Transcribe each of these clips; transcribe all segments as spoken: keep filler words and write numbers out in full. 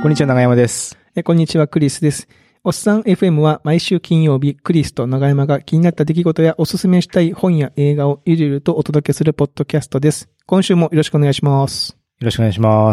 こんにちは、長山です。 えこんにちは、クリスです。おっさん エフエム は毎週金曜日、クリスと長山が気になった出来事やおすすめしたい本や映画をゆるゆるとお届けするポッドキャストです。今週もよろしくお願いします。よろしくお願いします。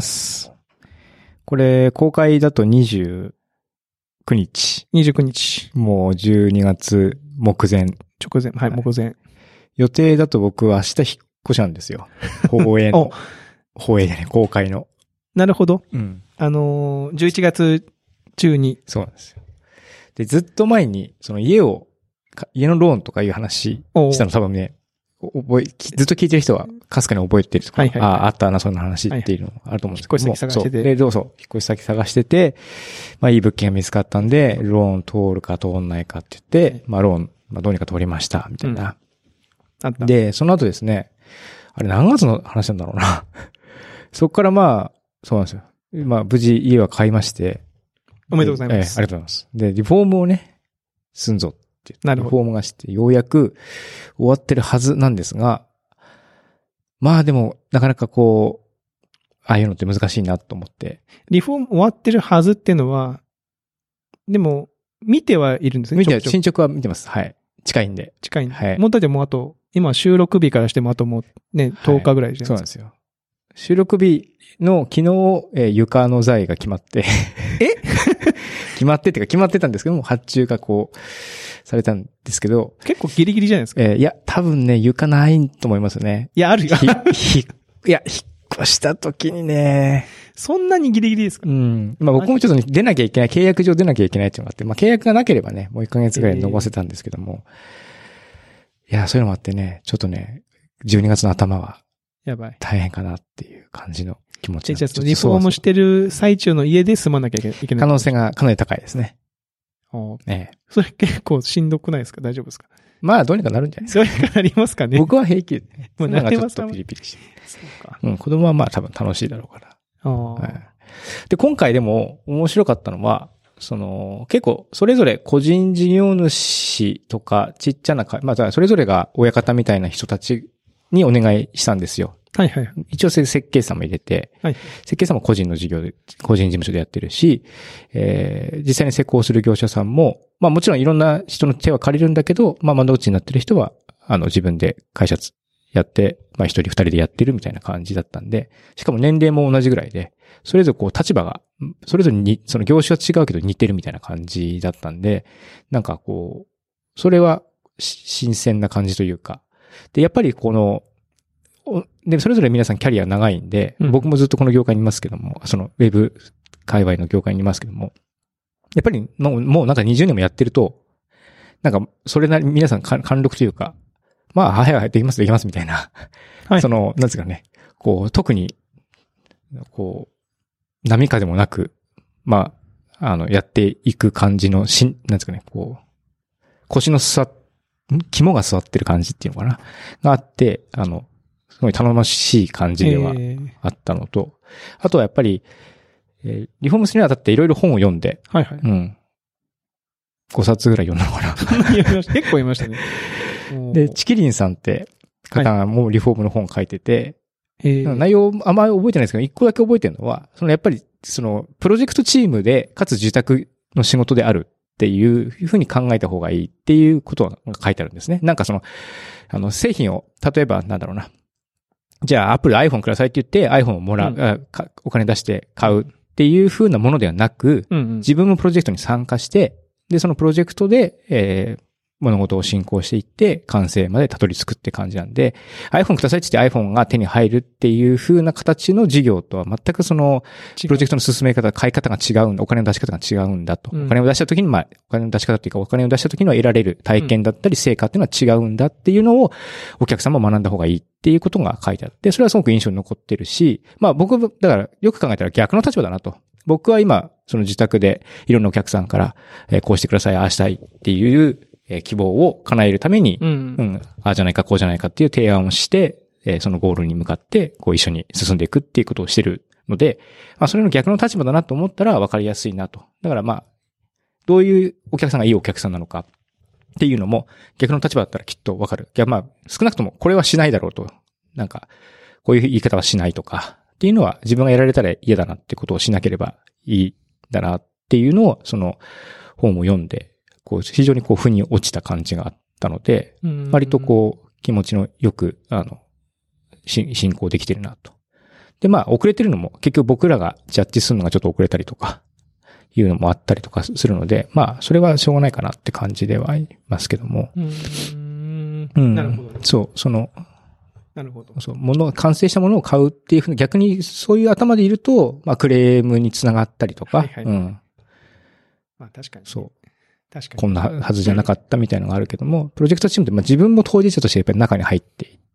これ、公開だとにじゅうくにち。 にじゅうくにち。 もうじゅうにがつ目前。 直前、はい、はい、目前。 予定だと僕は明日引っ越しなんですよ。放映の。放映でね、公開の。 なるほど。 うん。 あのー、じゅういちがつ中に。 そうなんですよ。で、ずっと前に、その家を、家のローンとかいう話したの多分ね、覚え、ずっと聞いてる人はかすかに覚えてるとか、はいはいはい、ああ、あったな、そんな話っていうのあると思うんですけども。 引っ越し先探してて。 で、どうぞ、引っ越し先探してて、まあいい物件が見つかったんで、ローン通るか通んないかって言って、まあローン、まあどうにか通りました、みたいな。うん、で、その後ですね、あれ何月の話なんだろうな。そこからまあ、そうなんですよ。まあ無事家は買いまして。 おめでとうございます。 ええ、ありがとうございます。で、リフォームをね、すんぞって言って、リフォームがして、ようやく終わってるはずなんですが、まあでも、なかなかこう、ああいうのって難しいなと思って。 リフォーム終わってるはずっていうのは、でも、見てはいるんですね。 見ては、進捗は見てます。はい。近いんで。 近いんで。 はい。 もうだってもうあと、今収録日からしてもあともうね、とおかぐらいじゃないですか。 はい、そうなんですよ。収録日の昨日、えー、床の材が決まって。 え決まってっていうか決まってたんですけども、発注がこう、されたんですけど。 結構ギリギリじゃないですか。 えー、いや、多分ね、床ないと思いますね。 いや、あるよ。 ひ、ひ、いや、引っ越した時にね。 そんなにギリギリですか？ うん。まあ僕もちょっと出なきゃいけない、契約上出なきゃいけないっていうのがあって、まあ契約がなければね、もういっかげつぐらい伸ばせたんですけども。えー、いや、そういうのもあってね、ちょっとね、じゅうにがつの頭は。やばい。大変かなっていう感じの気持ちなんです。 じゃあ、リフォームしてる最中の家で住まなきゃいけない。 可能性がかなり高いですね。 ああ。ええ。それ結構しんどくないですか？大丈夫ですか？ まあ、どうにかなるんじゃないですか。 どうにかなりますかね。 僕は平気。 もうなってます。 ちょっとピリピリして。そうか。うん、子供はまあ多分楽しいだろうから。 ああ、 はい。で、今回でも面白かったのは、その、結構、それぞれ個人事業主とか、ちっちゃな会、まあ、それぞれが親方みたいな人たちにお願いしたんですよ。 はいはい。 一応設計士さんも入れて、はい、設計士さんも個人の事業で、個人事務所でやってるし、えー、実際に施工する業者さんも、まあもちろんいろんな人の手は借りるんだけど、まあ窓口になってる人は、あの自分で会社やって、まあ一人二人でやってるみたいな感じだったんで、しかも年齢も同じぐらいで、それぞれこう立場が、それぞれに、その業種は違うけど似てるみたいな感じだったんで、なんかこう、それは新鮮な感じというか、で、やっぱりこの、で、それぞれ皆さんキャリア長いんで、うん、僕もずっとこの業界にいますけども、そのウェブ界隈の業界にいますけども、やっぱりもう、もうなんかにじゅうねんもやってると、なんかそれなりに皆さん貫禄というか、まあ、はいはい、できますできますみたいな、はい、その、なんですかね、こう、特に、こう、波風もなく、まあ、あの、やっていく感じの、しん、なんですかね、こう、腰の座っ、肝が座ってる感じっていうのかな、があって、あの、すごい頼もしい感じではあったのと、えー、あとはやっぱり、えー、リフォームするにあたっていろいろ本を読んで、 はいはい。 うん。ごさつぐらい読んだのかな。 結構読みましたね。 で、チキリンさんって方がもうリフォームの本を書いてて、 はい、 内容あんまり覚えてないですけど、一個だけ覚えてるのは、そのやっぱり、その、プロジェクトチームで、かつ自宅の仕事であるっていうふうに考えた方がいいっていうことが書いてあるんですね。なんかその、あの、製品を、例えばなんだろうな。じゃあ、アップル iPhone くださいって言って iPhone をもらう、うん、お金出して買うっていう風なものではなく、うんうん、自分もプロジェクトに参加して、で、そのプロジェクトで、えー、物事を進行していって、完成までたどり着くって感じなんで、iPhone くださいって言って iPhone が手に入るっていう風な形の事業とは全くその、プロジェクトの進め方、買い方が違うんだ、お金の出し方が違うんだと。うん、お金を出した時に、まあ、お金の出し方っていうか、お金を出した時には得られる体験だったり成果っていうのは違うんだっていうのを、お客さんも学んだ方がいいっていうことが書いてあって、それはすごく印象に残ってるし、まあ僕、だからよく考えたら逆の立場だなと。僕は今、その自宅でいろんなお客さんから、えー、こうしてください、ああしたいっていう、えー、希望を叶えるために、うん、うん、ああじゃないか、こうじゃないかっていう提案をして、えー、そのゴールに向かって、こう一緒に進んでいくっていうことをしてるので、まあそれの逆の立場だなと思ったら分かりやすいなと。だからまあ、どういうお客さんがいいお客さんなのかっていうのも、逆の立場だったらきっと分かる。いやまあ、少なくともこれはしないだろうと。なんか、こういう言い方はしないとか、っていうのは自分がやられたら嫌だなってことをしなければいいだなっていうのを、その本を読んで、こう、非常にこう、腑に落ちた感じがあったので、割とこう、気持ちのよく、あの、し進行できてるなと。で、まあ、遅れてるのも、結局僕らがジャッジするのがちょっと遅れたりとか、いうのもあったりとかするので、まあ、それはしょうがないかなって感じではいますけども。 うーん。 うん。 なるほど、ね。 そう、その、 なるほど。 そう、もの、完成したものを買うっていうふうに、逆にそういう頭でいると、まあ、クレームにつながったりとか、 はいはい、 うん。 まあ、確かに、ね。 そう。 確かに。 こんなはずじゃなかったみたいなのがあるけども、プロジェクトチームって、まあ、自分も当事者としてやっぱり中に入っていって、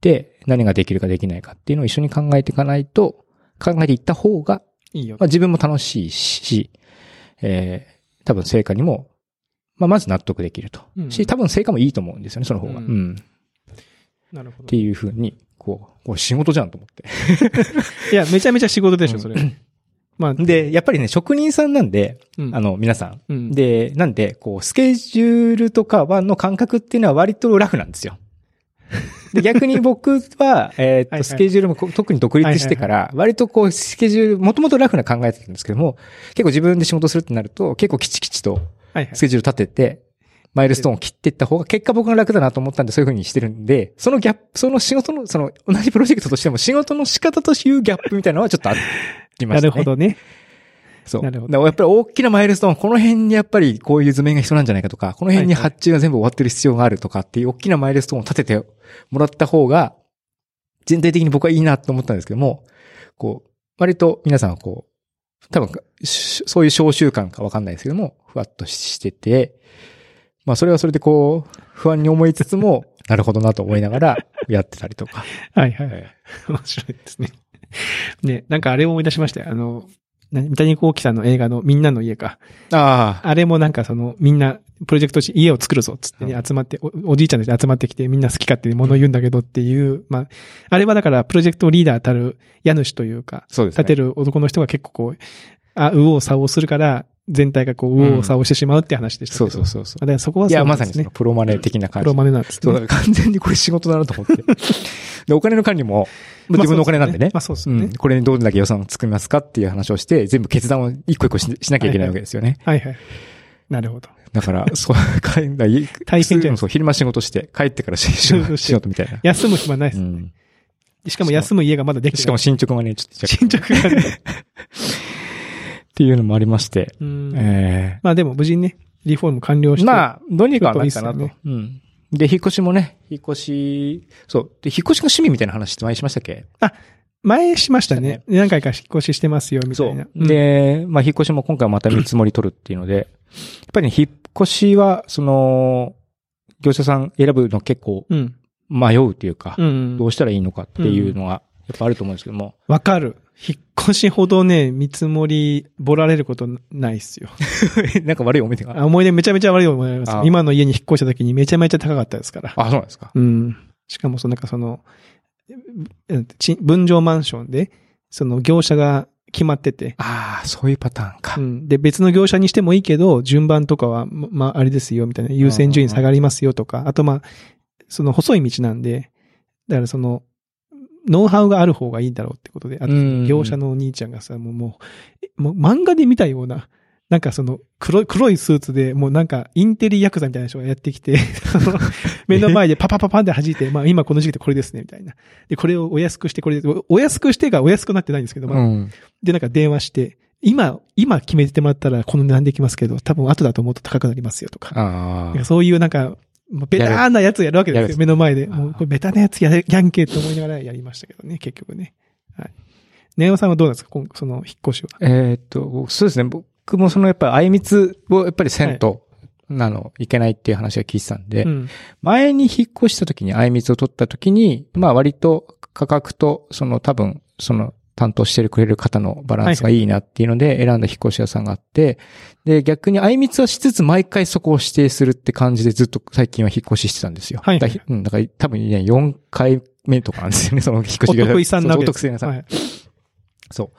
何ができるかできないかっていうのを一緒に考えていかないと、考えていった方が、 いいよ。 まあ、自分も楽しいし、えー、多分成果にも、まあ、まず納得できると。うん、し、多分成果もいいと思うんですよね、その方が。うん。うん、 なるほど。 っていうふうに、こう、これ仕事じゃんと思って。 いや、めちゃめちゃ仕事でしょ、それ。まあ。 で、やっぱりね、職人さんなんで、うん、あの、皆さん。うん、で、なんで、こう、スケジュールとかはの感覚っていうのは割とラフなんですよ。で、逆に僕は、えっと、スケジュールも特に独立してから、割とこう、スケジュール、もともとラフな考えてたんですけども、結構自分で仕事するってなると、結構きちきちと、スケジュール立てて、マイルストーンを切っていった方が結果僕が楽だなと思ったんでそういう風にしてるんで、そのギャップ、その仕事の、その同じプロジェクトとしても仕事の仕方というギャップみたいなのはちょっとありましたね。 なるほどね。 そう。なるほど。やっぱり大きなマイルストーン、この辺にやっぱりこういう図面が必要なんじゃないかとか、この辺に発注が全部終わってる必要があるとかっていう大きなマイルストーンを立ててもらった方が、全体的に僕はいいなと思ったんですけども、こう、割と皆さんはこう、多分、そういう小習慣かわかんないですけども、ふわっとしてて、まあそれはそれでこう、不安に思いつつも、なるほどなと思いながらやってたりとか。 はいはい。面白いですね。ね、なんかあれを思い出しましたよ。あの、三谷幸喜さんの映画のみんなの家か。ああ。あれもなんかその、みんな、プロジェクトし、家を作るぞっつってね、集まって、お、おじいちゃんたち集まってきて、みんな好き勝手に物を言うんだけどっていう、まあ、あれはだからプロジェクトリーダーたる家主というか、そうですね。立てる男の人が結構こう、あ、右往左往するから、全体がこう、右往左往してしまうって話でしたけど、うん、そうそうそうそう。だからそこはそうですね。いや、まさにそのプロマネ的な感じ。 プロマネなんですね。 そう、だから完全にこれ仕事だなと思って。で、お金の管理も、自分のお金なんでね。 まあそうですね。 うん。これにどれだけ予算を作りますかっていう話をして、全部決断を一個一個 し, しなきゃいけないわけですよね。 はいはい。はいはい、なるほど。 だから、そう、大変じゃん。そう、昼間仕事して、帰ってから仕事みたいな。 休む暇ないです、ね。うん。しかも休む家がまだできてない。 しかも進捗がね、ちょっと。 進捗がね。 っていうのもありまして。 うんえー、まあでも無事にね、リフォーム完了して。 まあ、どうにかなったなと。うん。で、引っ越しもね、引っ越し、そう。で、引っ越しが趣味みたいな話って前しましたっけ？ あ、前しましたね。何回か引っ越ししてますよ、みたいな。 そう。で、まあ引っ越しも今回また見積もり取るっていうので、やっぱりね、引っ越しは、その、業者さん選ぶの結構、迷うっていうか、うん、どうしたらいいのかっていうのが、やっぱあると思うんですけども。 わかる。引っ越しほどね、見積もり、ぼられることないっすよ。 なんか悪い思い出が。 思い出めちゃめちゃ悪い思い出あります。今の家に引っ越した時にめちゃめちゃ高かったですから。 あ、そうなんですか。 うん。しかもそのなんかその、分譲マンションで、その業者が決まってて。 ああ、そういうパターンか。 うん。で、別の業者にしてもいいけど、順番とかは、まあ、あれですよ、みたいな。優先順位下がりますよとか。あとまあ、その細い道なんで、だからその、ノウハウがある方がいいんだろうってことで、あと、業者のお兄ちゃんがさ、もう、もう、もう漫画で見たような、なんかその、黒い、黒いスーツで、もうなんか、インテリヤクザみたいな人がやってきて、目の前でパパパパンで弾いて、まあ今この時期でこれですね、みたいな。で、これをお安くして、これで、お安くしてがお安くなってないんですけど、まあ、うん、で、なんか電話して、今、今決めてもらったらこの値段できますけど、多分後だと思うと高くなりますよとか。あそういうなんか、ベターなやつをやるわけですよ、目の前で。もう、これベタなやつやる、やんけって思いながらやりましたけどね、結局ね。はい。ネオさんはどうなんですか、今その引っ越しは。 えー、っと、そうですね。僕もそのやっぱりあいみつをやっぱりせんと、なの、いけないっていう話が聞いてたんで、うん、前に引っ越した時にあいみつを取った時に、まあ割と価格と、その多分、その、担当してくれる方のバランスがいいなっていうので選んだ引っ越し屋さんがあって、で、逆にあいみつはしつつ毎回そこを指定するって感じでずっと最近は引っ越ししてたんですよ。はい。だ, うん、だから多分ね、よんかいめとかなんですよね、その引っ越しが。 お得意さんなわけです。 お得意さん。はい。そう。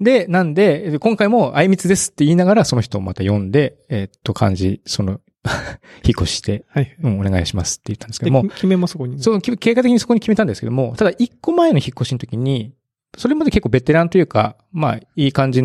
で、なんで、今回もあいみつですって言いながらその人をまた呼んで、えー、っと感じ、その、引っ越しして、はい、うん、お願いしますって言ったんですけども。 決めもそこに。 そう、経過的にそこに決めたんですけども、ただ一個前の引っ越しの時に、それまで結構ベテランというか、まあ、いい感じの、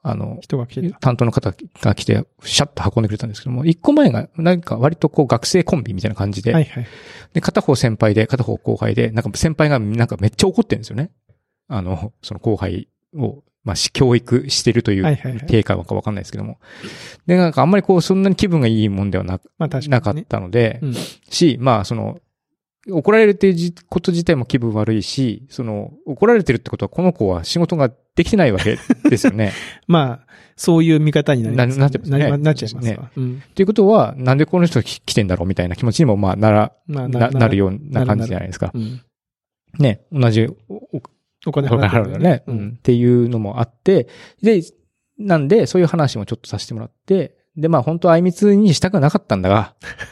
あの、 人が来てた。 担当の方が来て、シャッと運んでくれたんですけども、一個前が、なんか割とこう学生コンビみたいな感じで、 はいはい。 で、片方先輩で、片方後輩で、なんか先輩がなんかめっちゃ怒ってるんですよね。あの、その後輩を、まあ、教育してるという定価かわかんないですけども。で、なんかあんまりこう、そんなに気分がいいもんではな、まあ確かにね、なかったので、うん、し、まあ、その、怒られるっていうこと自体も気分悪いし、その、怒られてるってことはこの子は仕事ができてないわけですよね。 まあ、そういう見方になります、ね。 な、なってますね。 な、なっちゃいますね。うん。 っていうことは、なんでこの人来てんだろうみたいな気持ちにも、まあ、なら、まあ、な、な、なるような感じじゃないですか。うん、ね、同じお、 お金払うよね。うん。っていうのもあって、で、なんで、そういう話もちょっとさせてもらって、で、まあ、本当はあいみつにしたくなかったんだが、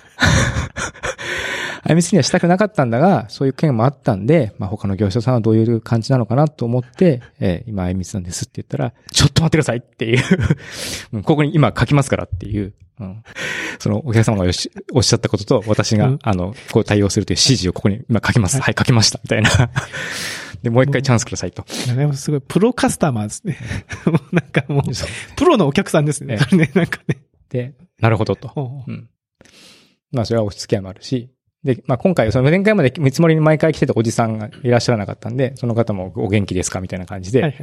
あいみつにはしたくなかったんだが、そういう件もあったんで、まあ他の業者さんはどういう感じなのかなと思って、えー、今あいみつなんですって言ったら、ちょっと待ってくださいっていうここに今書きますからっていう、うん、そのお客様がよしおっしゃったことと私が、うん、あの、こう対応するという指示をここに今書きます。はい、はい、書きました。みたいな。で、もう一回チャンスくださいと。 なんかすごいプロカスタマーですね。なんかもう、プロのお客さんですね。ねなんかね。 で、なるほどと。うん、まあそれはお付き合いもあるし、で、まあ今回、その前回まで見積もりに毎回来てたおじさんがいらっしゃらなかったんで、その方もお元気ですかみたいな感じで。はいはい。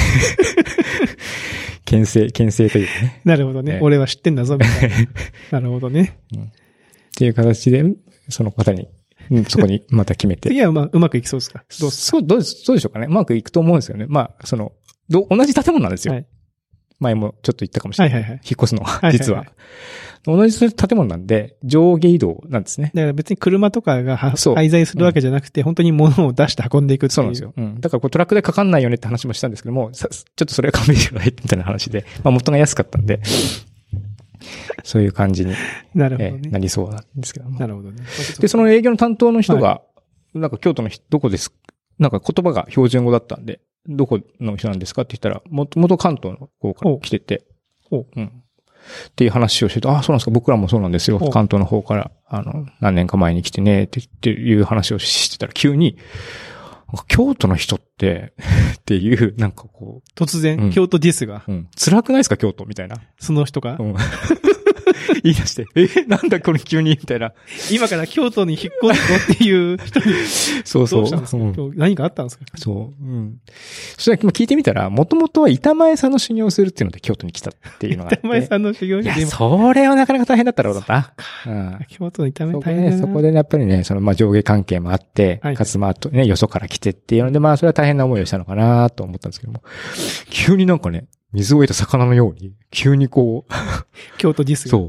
牽制、牽制というかね。 なるほどね。俺は知ってんだぞ、みたいな。なるほどね、 うん。っていう形で、その方に、うん、そこにまた決めて。 次はうまうまくいきそうですか？ どうそう、どう、どうでしょうかね。うまくいくと思うんですよね。まあ、その、ど、同じ建物なんですよ。はい、前もちょっと言ったかもしれない。はいはいはい。引っ越すのは、実は。はいはいはい、同じ建物なんで、上下移動なんですね。 だから別に車とかが廃材するわけじゃなくて、うん、本当に物を出して運んでいくっていう。 そうなんですよ。うん。だからこうトラックでかかんないよねって話もしたんですけども、ちょっとそれは勘弁してくださいみたいな話で、まあ元が安かったんで、そういう感じになるほどね、 えー、なりそうなんですけども。 なるほどね。 で、その営業の担当の人が、はい、なんか京都の人、どこですなんか言葉が標準語だったんで、どこの人なんですかって言ったら、もともと関東の方から来てて、 おうん。っていう話をしてて、ああ、そうなんですか、僕らもそうなんですよ。関東の方から、あの、何年か前に来てね、ってっていう話をしてたら、急に、京都の人って、っていう、なんかこう。 突然、うん、京都ディスが、 うん。辛くないですか、京都みたいな。 その人が、うん、 言い出して、え、なんだこれ急にみたいな。 今から京都に引っ越すのっていう人に。 そうそう。どうしたんですか、うん、何かあったんですか？ そう。うん。それは聞いてみたら、もともとは板前さんの修行をするっていうので京都に来たっていうのがあって。 板前さんの修行に。 いや、それはなかなか大変だったろうだった。 うん。京都の板前大変だな。 そこでやっぱりね、その、まあ、上下関係もあって、はい、かつまあ、とね、よそから来てっていうので、まあ、それは大変な思いをしたのかなと思ったんですけども、急になんかね、水を得た魚のように、急にこう、 京都ディス。 そう。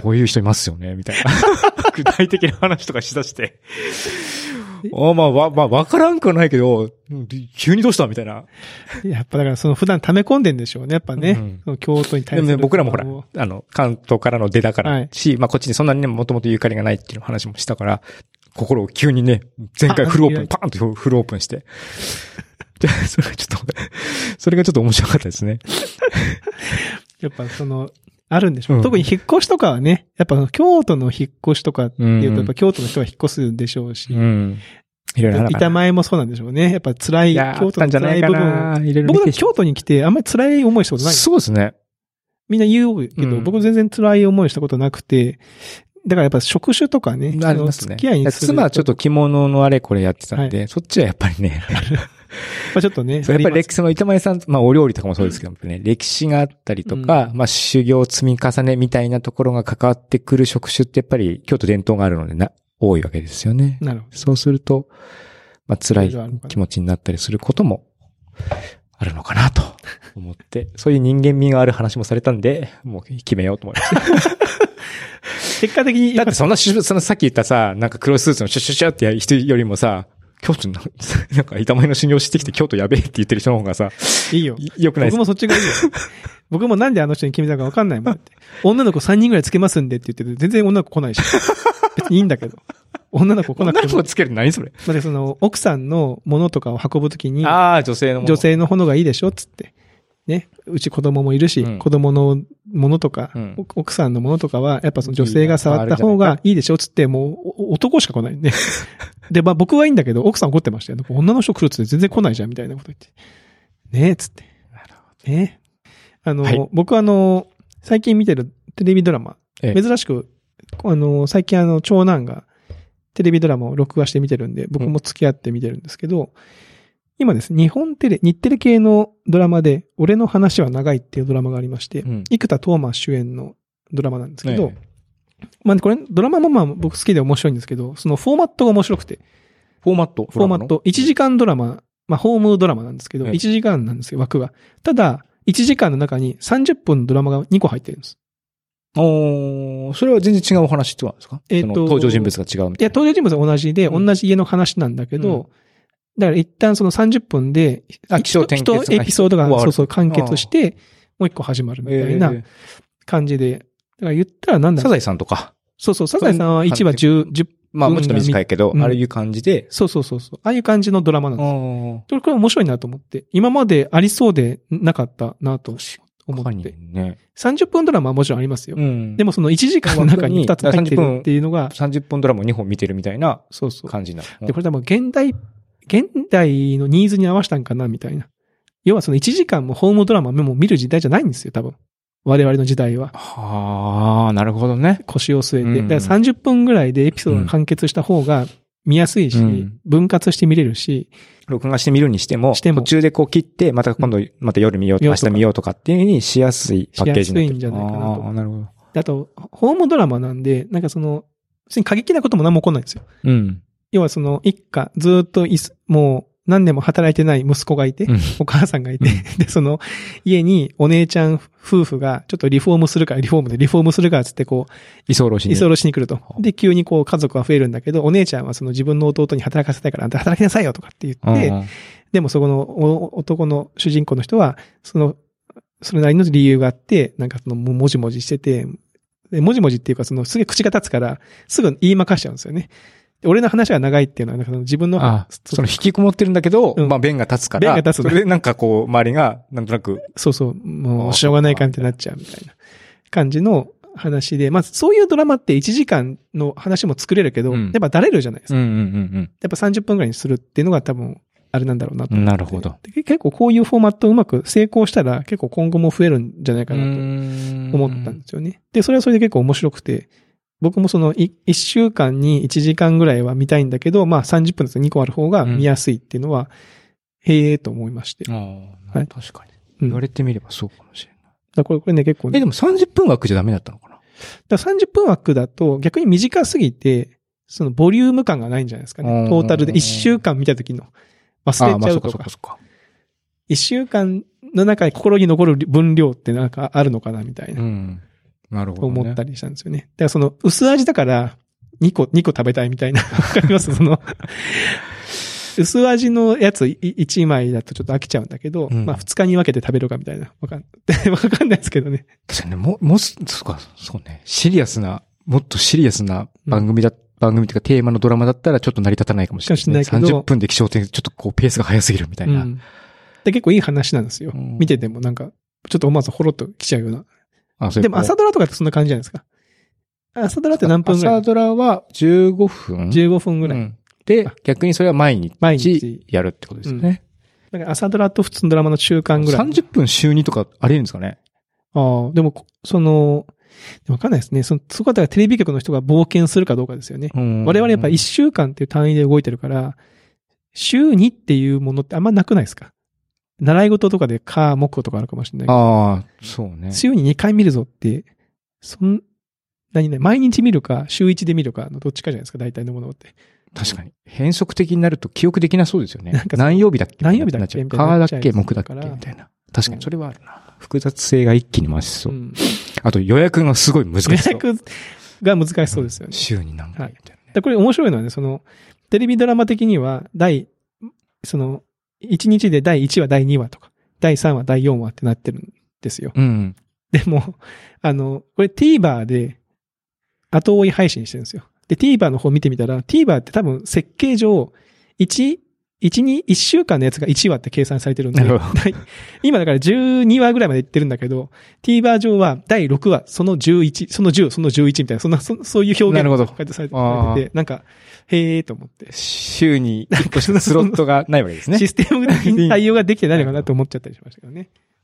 こういう人いますよね、みたいな。具体的な話とかしだして。あまあ、わ、まあ、わからんくはないけど、急にどうしたみたいな。 やっぱだからその普段溜め込んでんでしょうね、やっぱね。うん、京都に対する。 でも僕らもほら、あの、関東からの出だからし、はい、まあこっちにそんなにね、もともとゆかりがないっていう話もしたから、心を急にね、前回フルオープン、パーンとフルオープンして。それがちょっと、それがちょっと面白かったですね。 やっぱその、あるんでしょう、うん。特に引っ越しとかはね、やっぱ京都の引っ越しとかっていうと、やっぱ京都の人は引っ越すでしょうし。うん。いろいろ板前もそうなんでしょうね。やっぱ辛い、京都の辛い部分。僕も京都に来てあんまり辛い思いしたことない。 そうですね。 みんな言うけど、うん、僕全然辛い思いしたことなくて、だからやっぱ職種とかね、 ありますね。付き合いにする。妻はちょっと着物のあれこれやってたんで、はい、そっちはやっぱりね。 まあちょっとね。 やっぱり歴史の板前さん、まあお料理とかもそうですけどね、うん、歴史があったりとか、うん、まあ修行積み重ねみたいなところが関わってくる職種ってやっぱり京都伝統があるのでな、多いわけですよね。 なるほど。 そうすると、まあ辛い気持ちになったりすることもあるのかなと思って、そういう人間味がある話もされたんで、もう決めようと思いました。 結果的に。 だってそんな、そのさっき言ったさ、なんか黒スーツのシュッシュッシュッってやる人よりもさ、京都の、なんか板前の修行してきて京都やべえって言ってる人の方がさ、 いいよ。 よくないですか？ 僕もそっちがいいよ。僕もなんであの人に決めたかわかんないもんって。女の子さんにんぐらいつけますんでって言ってて、全然女の子来ないし。別にいいんだけど。女の子来なくても。 女の子つけるの何それ？ だってその、奥さんのものとかを運ぶときに、 ああ、女性のもの。 女性のものがいいでしょっつって。ね。うち子供もいるし、うん、子供のものとか、うん、奥さんのものとかは、やっぱその女性が触った方がいいでしょっつって、もう男しか来ないね。で、まあ僕はいいんだけど、奥さん怒ってましたよ。女の人来るっつって全然来ないじゃんみたいなこと言って。ねえ、つって。なるほど。ねえ。 あの、 はい、 僕あの、最近見てるテレビドラマ、 ええ、 珍しく、あの、最近あの、長男がテレビドラマを録画して見てるんで、僕も付き合って見てるんですけど、うん、今ですね、日本テレ、日テレ系のドラマで、俺の話は長いっていうドラマがありまして、うん、生田斗真主演のドラマなんですけど、ええ、まあこれ、ドラマもまあ僕好きで面白いんですけど、そのフォーマットが面白くて。 フォーマットフォーマット。いちじかんドラマ、まあホームドラマなんですけど、ええ、いちじかんなんですよ、枠が。ただ、いちじかんの中にさんじゅっぷんのドラマがにこ入ってるんです。 おー、それは全然違うお話ってことなんですか？えっ、ー、と、登場人物が違うみたいな。いや、 登場人物は同じで、うん、同じ家の話なんだけど、うん、だから一旦そのさんじゅっぷんで、 あ、気象転結エピソードが、そうそう、完結して、もう一個始まるみたいな感じで。だから言ったらなんだろう。 サザエさんとか。 そうそう、サザエさんはいちわじゅう、じゅっぷん。 まあもちろん短いけど、うん、ああいう感じで。 そうそうそうそう。ああいう感じのドラマなんですよ。これ面白いなと思って。今までありそうでなかったなと思って。ね、さんじゅっぷんドラマはもちろんありますよ。うん、でもそのいちじかんの中にふたつ入ってるっていうのが。 さんじゅっぷんドラマをにほん見てるみたいな感じなの。 そうそう。で、これ多分現代、現代のニーズに合わせたんかなみたいな。要はそのいちじかんもホームドラマも見る時代じゃないんですよ、多分。我々の時代は。 はあ、なるほどね。 腰を据えて。うん、だからさんじゅっぷんぐらいでエピソードが完結した方が見やすいし、うん、分割して見れるし。 録画して見るにしても、しても途中でこう切って、また今度、また夜見ようとか、明日見ようとかっていう風にしやすいパッケージになってる。 しやすいんじゃないかなと。 ああ、なるほど。 あと、ホームドラマなんで、なんかその、別に過激なことも何も起こんないんですよ。 うん。 要はその、一家、ずっといす、もう、何年も働いてない息子がいて、うん、お母さんがいて、うん、で、その、家にお姉ちゃん夫婦が、ちょっとリフォームするから、リフォームでリフォームするからつってこう、 居候しに。 居候しに来ると。で、急にこう、家族が増えるんだけど、お姉ちゃんはその自分の弟に働かせたいから、あんた働きなさいよとかって言って、でもそこの男の主人公の人は、その、それなりの理由があって、なんかその、もじもじしてて、で、もじもじっていうか、その、すげえ口が立つから、すぐ言いまかしちゃうんですよね。俺の話が長いっていうのは、なんかその自分の、 ああその引きこもってるんだけど、うん、まあ弁が立つから、 弁が立つ。 それでなんかこう、周りが、なんとなく。 そうそう、もうしょうがないかみたいになっちゃうみたいな感じの話で、まあそういうドラマっていちじかんの話も作れるけど、うん、やっぱだれるじゃないですか。 うんうんうんうん、 やっぱさんじゅっぷんぐらいにするっていうのが多分、あれなんだろうなと思って。 なるほど。 結構こういうフォーマットうまく成功したら結構今後も増えるんじゃないかなと思ったんですよね。で、それはそれで結構面白くて、僕もそのいっしゅうかんにいちじかんぐらいは見たいんだけど、まあさんじゅっぷんだとにこある方が見やすいっていうのは、うん、へえーと思いまして。 ああ、はい、確かに。言われてみればそうかもしれない。 だこれ、これね結構ね。 え、でもさんじゅっぷん枠じゃダメだったのかな？ だからさんじゅっぷん枠だと逆に短すぎて、そのボリューム感がないんじゃないですかね。トータルでいっしゅうかん見た時の忘れちゃうとか。いっしゅうかんの中に心に残る分量ってなんかあるのかなみたいな。うんなるほど、ね。 思ったりしたんですよね。だからその薄味だからにこ、にこ食べたいみたいな。わかりますその、薄味のやついちまいだとちょっと飽きちゃうんだけど、うん、まあふつかに分けて食べるかみたいな。わかん、わかんないですけどね。 確かにね、も、もす、そうか、そうね。シリアスな、もっとシリアスな番組だ、うん、番組というかテーマのドラマだったらちょっと成り立たないかもしれない、ね。ないけどさんじゅっぷんで気象点、ちょっとこうペースが早すぎるみたいな。うん、 で結構いい話なんですよ。うん、見ててもなんか、ちょっと思わずほろっと来ちゃうような。 あでも朝ドラとかってそんな感じじゃないですか。朝ドラって何分ぐらい？ 朝ドラはじゅうごふん ? じゅうごふんぐらい。うん、 で、逆にそれは毎日毎日やるってことですよね。 うん、だから朝ドラと普通のドラマの中間ぐらい。 さんじゅっぷん週にとかあり得るんですかね？ ああ、でも、その、わかんないですね。その、そこはテレビ局の人が冒険するかどうかですよね。我々やっぱいっしゅうかんっていう単位で動いてるから、週にっていうものってあんまなくないですか？習い事とかで科目とかあるかもしれないけど。 ああ、そうね。 週ににかい見るぞって、そんなにね、毎日見るか、週いちで見るかのどっちかじゃないですか、大体のものって。 確かに。変則的になると記憶できなそうですよね。なんか何曜日だっけ何曜日だっけみたいな。 科だっけ木だっけみたいな。確かにそれはあるな。うん、複雑性が一気に増しそう。うん、あと予約がすごい難しそう。 予約が難しそうですよね。うん、 週に何回みたいな、ね。 はい、これ面白いのはね、その、テレビドラマ的には、第、その、いちにちでだいいちわ、だいにわとか、だいさんわ、だいよんわってなってるんですよ。 うん。 でも、あの、これ TVer で後追い配信してるんですよ。で、TVer の方見てみたら、TVer って多分設計上、1、1、に、いっしゅうかんのやつがいちわって計算されてるんで、今だからじゅうにわぐらいまでいってるんだけど、TVer 上はだいろくわ、そのじゅういち、そのじゅう、そのじゅういちみたいな、そんな、そそういう表現が書いてされてて、なんか、へーと思って。 週にいっこしかスロットがないわけですね。 システム的に対応ができてないのかなと思っちゃったりしましたけどね。はい。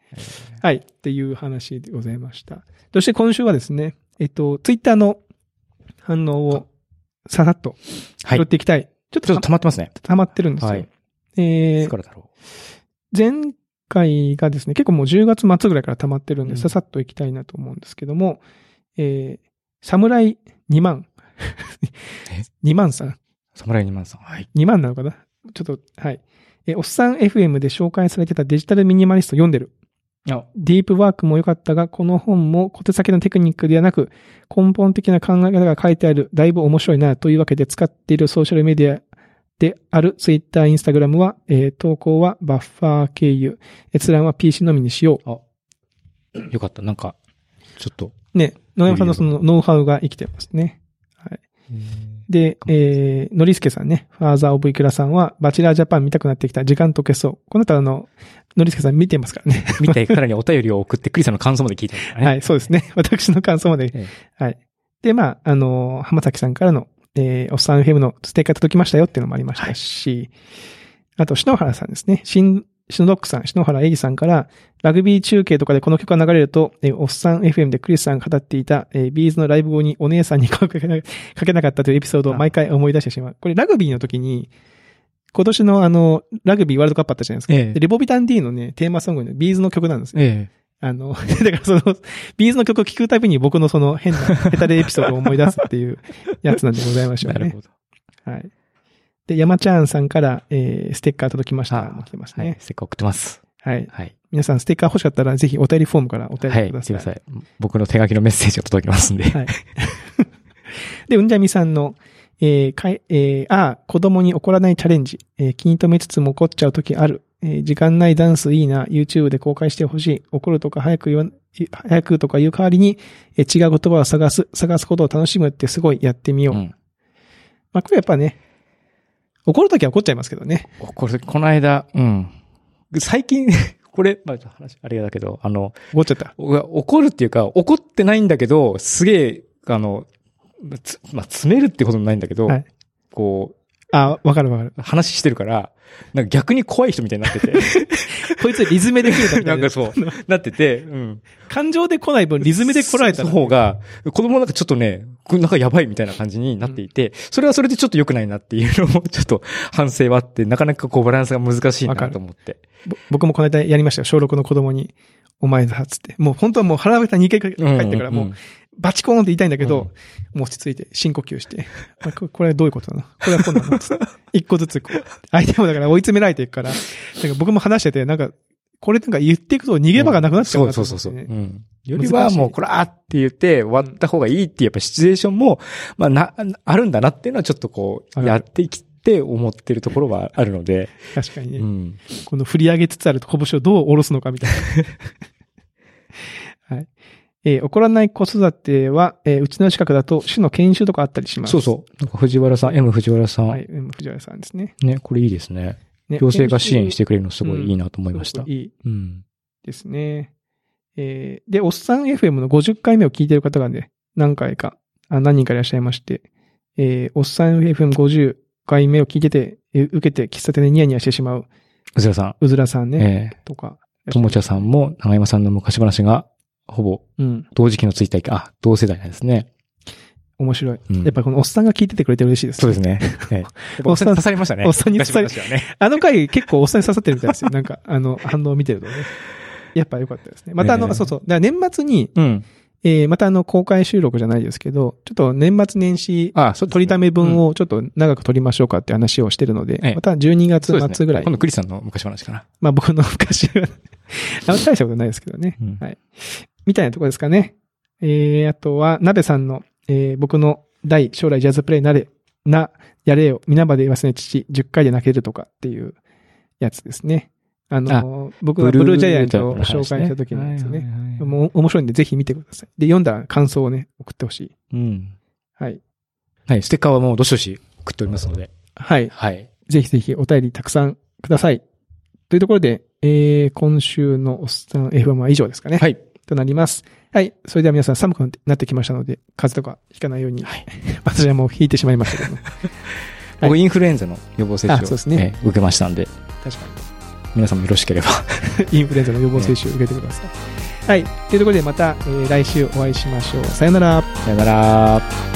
はい。っていう話でございました。そして今週はですね、えっと、ツイッターの反応をさらっと拾っていきたい。はい、 ちょっと溜まってますね。 溜まってるんですよ。はい。えー、 いつからだろう。前回がですね、結構もうじゅうがつ末ぐらいから溜まってるんで、うん、ささっといきたいなと思うんですけども、えー、侍にまん。にまんさん。 侍にまんさん。はい。 にまんなのかなちょっと、はい。えー、おっさん エフエム で紹介されてたデジタルミニマリスト読んでる。ディープワークも良かったが、この本も小手先のテクニックではなく、根本的な考え方が書いてある、だいぶ面白いなというわけで使っているソーシャルメディアである Twitter、Instagram は、えー、投稿はバッファー経由、閲覧は ピーシー のみにしよう。 あ、よかった。なんか、ちょっと。 ね、野山さんのそのノウハウが生きてますね。はい。で、えー、のりすけさんね、ファーザーオブイクラさんは、バチラージャパン見たくなってきた、時間と消そう。この後あの、のりすけさん見てますからね。 見て、さらにお便りを送って、クリさんの感想まで聞いてますからね。 はい、そうですね。私の感想まで。ええ、はい。で、まあ、あの、浜崎さんからの、えー、おっさん エフエム のステッカー届きましたよっていうのもありましたし、はい、あと、篠原さんですね。新、篠ドックさん、篠原英二さんから、ラグビー中継とかでこの曲が流れると、えー、おっさん エフエム でクリスさんが語っていた、えー、ビーズのライブ後にお姉さんに声かけな、かけなかったというエピソードを毎回思い出してしまう。これラグビーの時に、今年のあの、ラグビーワールドカップあったじゃないですか。ええ、でレボビタン D のね、テーマソングのビーズの曲なんですよ。ええ、あの、だからその、ビーズの曲を聴くたびに僕のその変な、ヘタレエピソードを思い出すっていうやつなんでございましょうね。なるほど。はい。で、山ちゃんさんから、えー、ステッカー届きました。来てますね。 はい、ステッカー送ってます。 はい。はい。皆さんステッカー欲しかったらぜひお便りフォームからお便りください。はい、 ください。僕の手書きのメッセージが届きますんで。はい。 で、うんじゃみさんの、えー、かい、えー、ああ、子供に怒らないチャレンジ。えー、気に留めつつも怒っちゃうときある。えー、時間ないダンスいいな。YouTube で公開してほしい。怒るとか早く言わ、早くとか言う代わりに、えー、違う言葉を探す、探すことを楽しむってすごいやってみよう。うん、まあ、これやっぱね、怒るときは怒っちゃいますけどね。 これ、この間、うん。最近、これ、まあ、話、あれだけど、あの、 怒っちゃった。 怒るっていうか、怒ってないんだけど、すげえ、あの、つ、まあ、詰めるってこともないんだけど、はい、こう、 あ、わかるわかる。 話してるから、なんか逆に怖い人みたいになってて。 こいつリズムで来るみたいな。 なんかそう、なってて、うん。 感情で来ない分リズムで来られたら。その方が、子供なんかちょっとね、なんかやばいみたいな感じになっていて、うん、それはそれでちょっと良くないなっていうのも、ちょっと反省はあって、なかなかこうバランスが難しいなと思って。 僕もこの間やりましたよ。小ろくの子供に、お前だっつって。もう本当はもう腹がにかい帰ってからもう、バチコーンって言いたいんだけど、うん、もう落ち着いて深呼吸して、これはどういうことなのこれはこんなの一個ずつこう、相手もだから追い詰められていくから、なんか僕も話してて、なんか、これなんか言っていくと逃げ場がなくなっちゃうなと思って、ね。 そうそうそうそう。うん。よりはもうこらーって言って終わった方がいいっていうやっぱシチュエーションも、まあな、あるんだなっていうのはちょっとこう、やっていきって思ってるところはあるので。 確かにね。うん、この振り上げつつある拳をどう下ろすのかみたいな。はい。えー、怒らない子育ては、えー、うちの近くだと市の研修とかあったりします。 そうそう。なんか藤原さん、M 藤原さん。 はい、M 藤原さんですね。 ね、これいいですね。ね、行政が支援してくれるのすごいいいなと思いました。うん、 いい。うん。ですね。えー、で、おっさん エフエム のごじゅっかいめを聞いている方がね、何回か、あ何人かいらっしゃいまして、えー、おっさん エフエムごじゅっかいめを聞いてて、受けて喫茶店でニヤニヤしてしまう。 うずらさん。 うずらさんね。えー、とか。 ともちゃさんも、長山さんの昔話が、ほぼ、同時期のツイッター、あ、同世代なんですね。 面白い。うん、やっぱりこのおっさんが聞いててくれて嬉しいです、 ね。そうですね。ええ、おっさんに刺さりましたね。 おっさんに刺さりましたね。あの回結構おっさんに刺さってるみたいですよ。なんか、あの、反応を見てるとね。やっぱ良かったですね。またあの、えー、そうそう。だから年末に、うん、えー、またあの、公開収録じゃないですけど、ちょっと年末年始、ああそうですね、取りため分をちょっと長く取りましょうかって話をしてるので、うん、またじゅうにがつ末ぐらい。 ね、今度クリスさんの昔話かな。 まあ僕の昔は、あの、大したことないですけどね。うん、はい。みたいなところですかね。えー、あとは、なべさんの、えー、僕の大将来ジャズプレイなれ、な、やれよ、皆まで言わせない父、じゅっかいで泣けるとかっていうやつですね。あの、あ僕がブルージャイアントを紹介した時にですね。もう面白いんでぜひ見てください。で、読んだら感想をね、送ってほしい。うん。はい。 はい、ステッカーはもうどしどし送っておりますので。 はい。はい。ぜひぜひお便りたくさんください。というところで、えー、今週のおっさん エフエム は以上ですかね。はい。となります。はい。それでは皆さん寒くなってきましたので、風邪とかひかないように。はい。私はもう引いてしまいましたけども。 僕、インフルエンザの予防接種を、そうですね、えー、受けましたんで。 確かに。 皆さんもよろしければインフルエンザの予防接種を受けてください。ね、はい。というところでまた、えー、来週お会いしましょう。さよなら。 さよなら。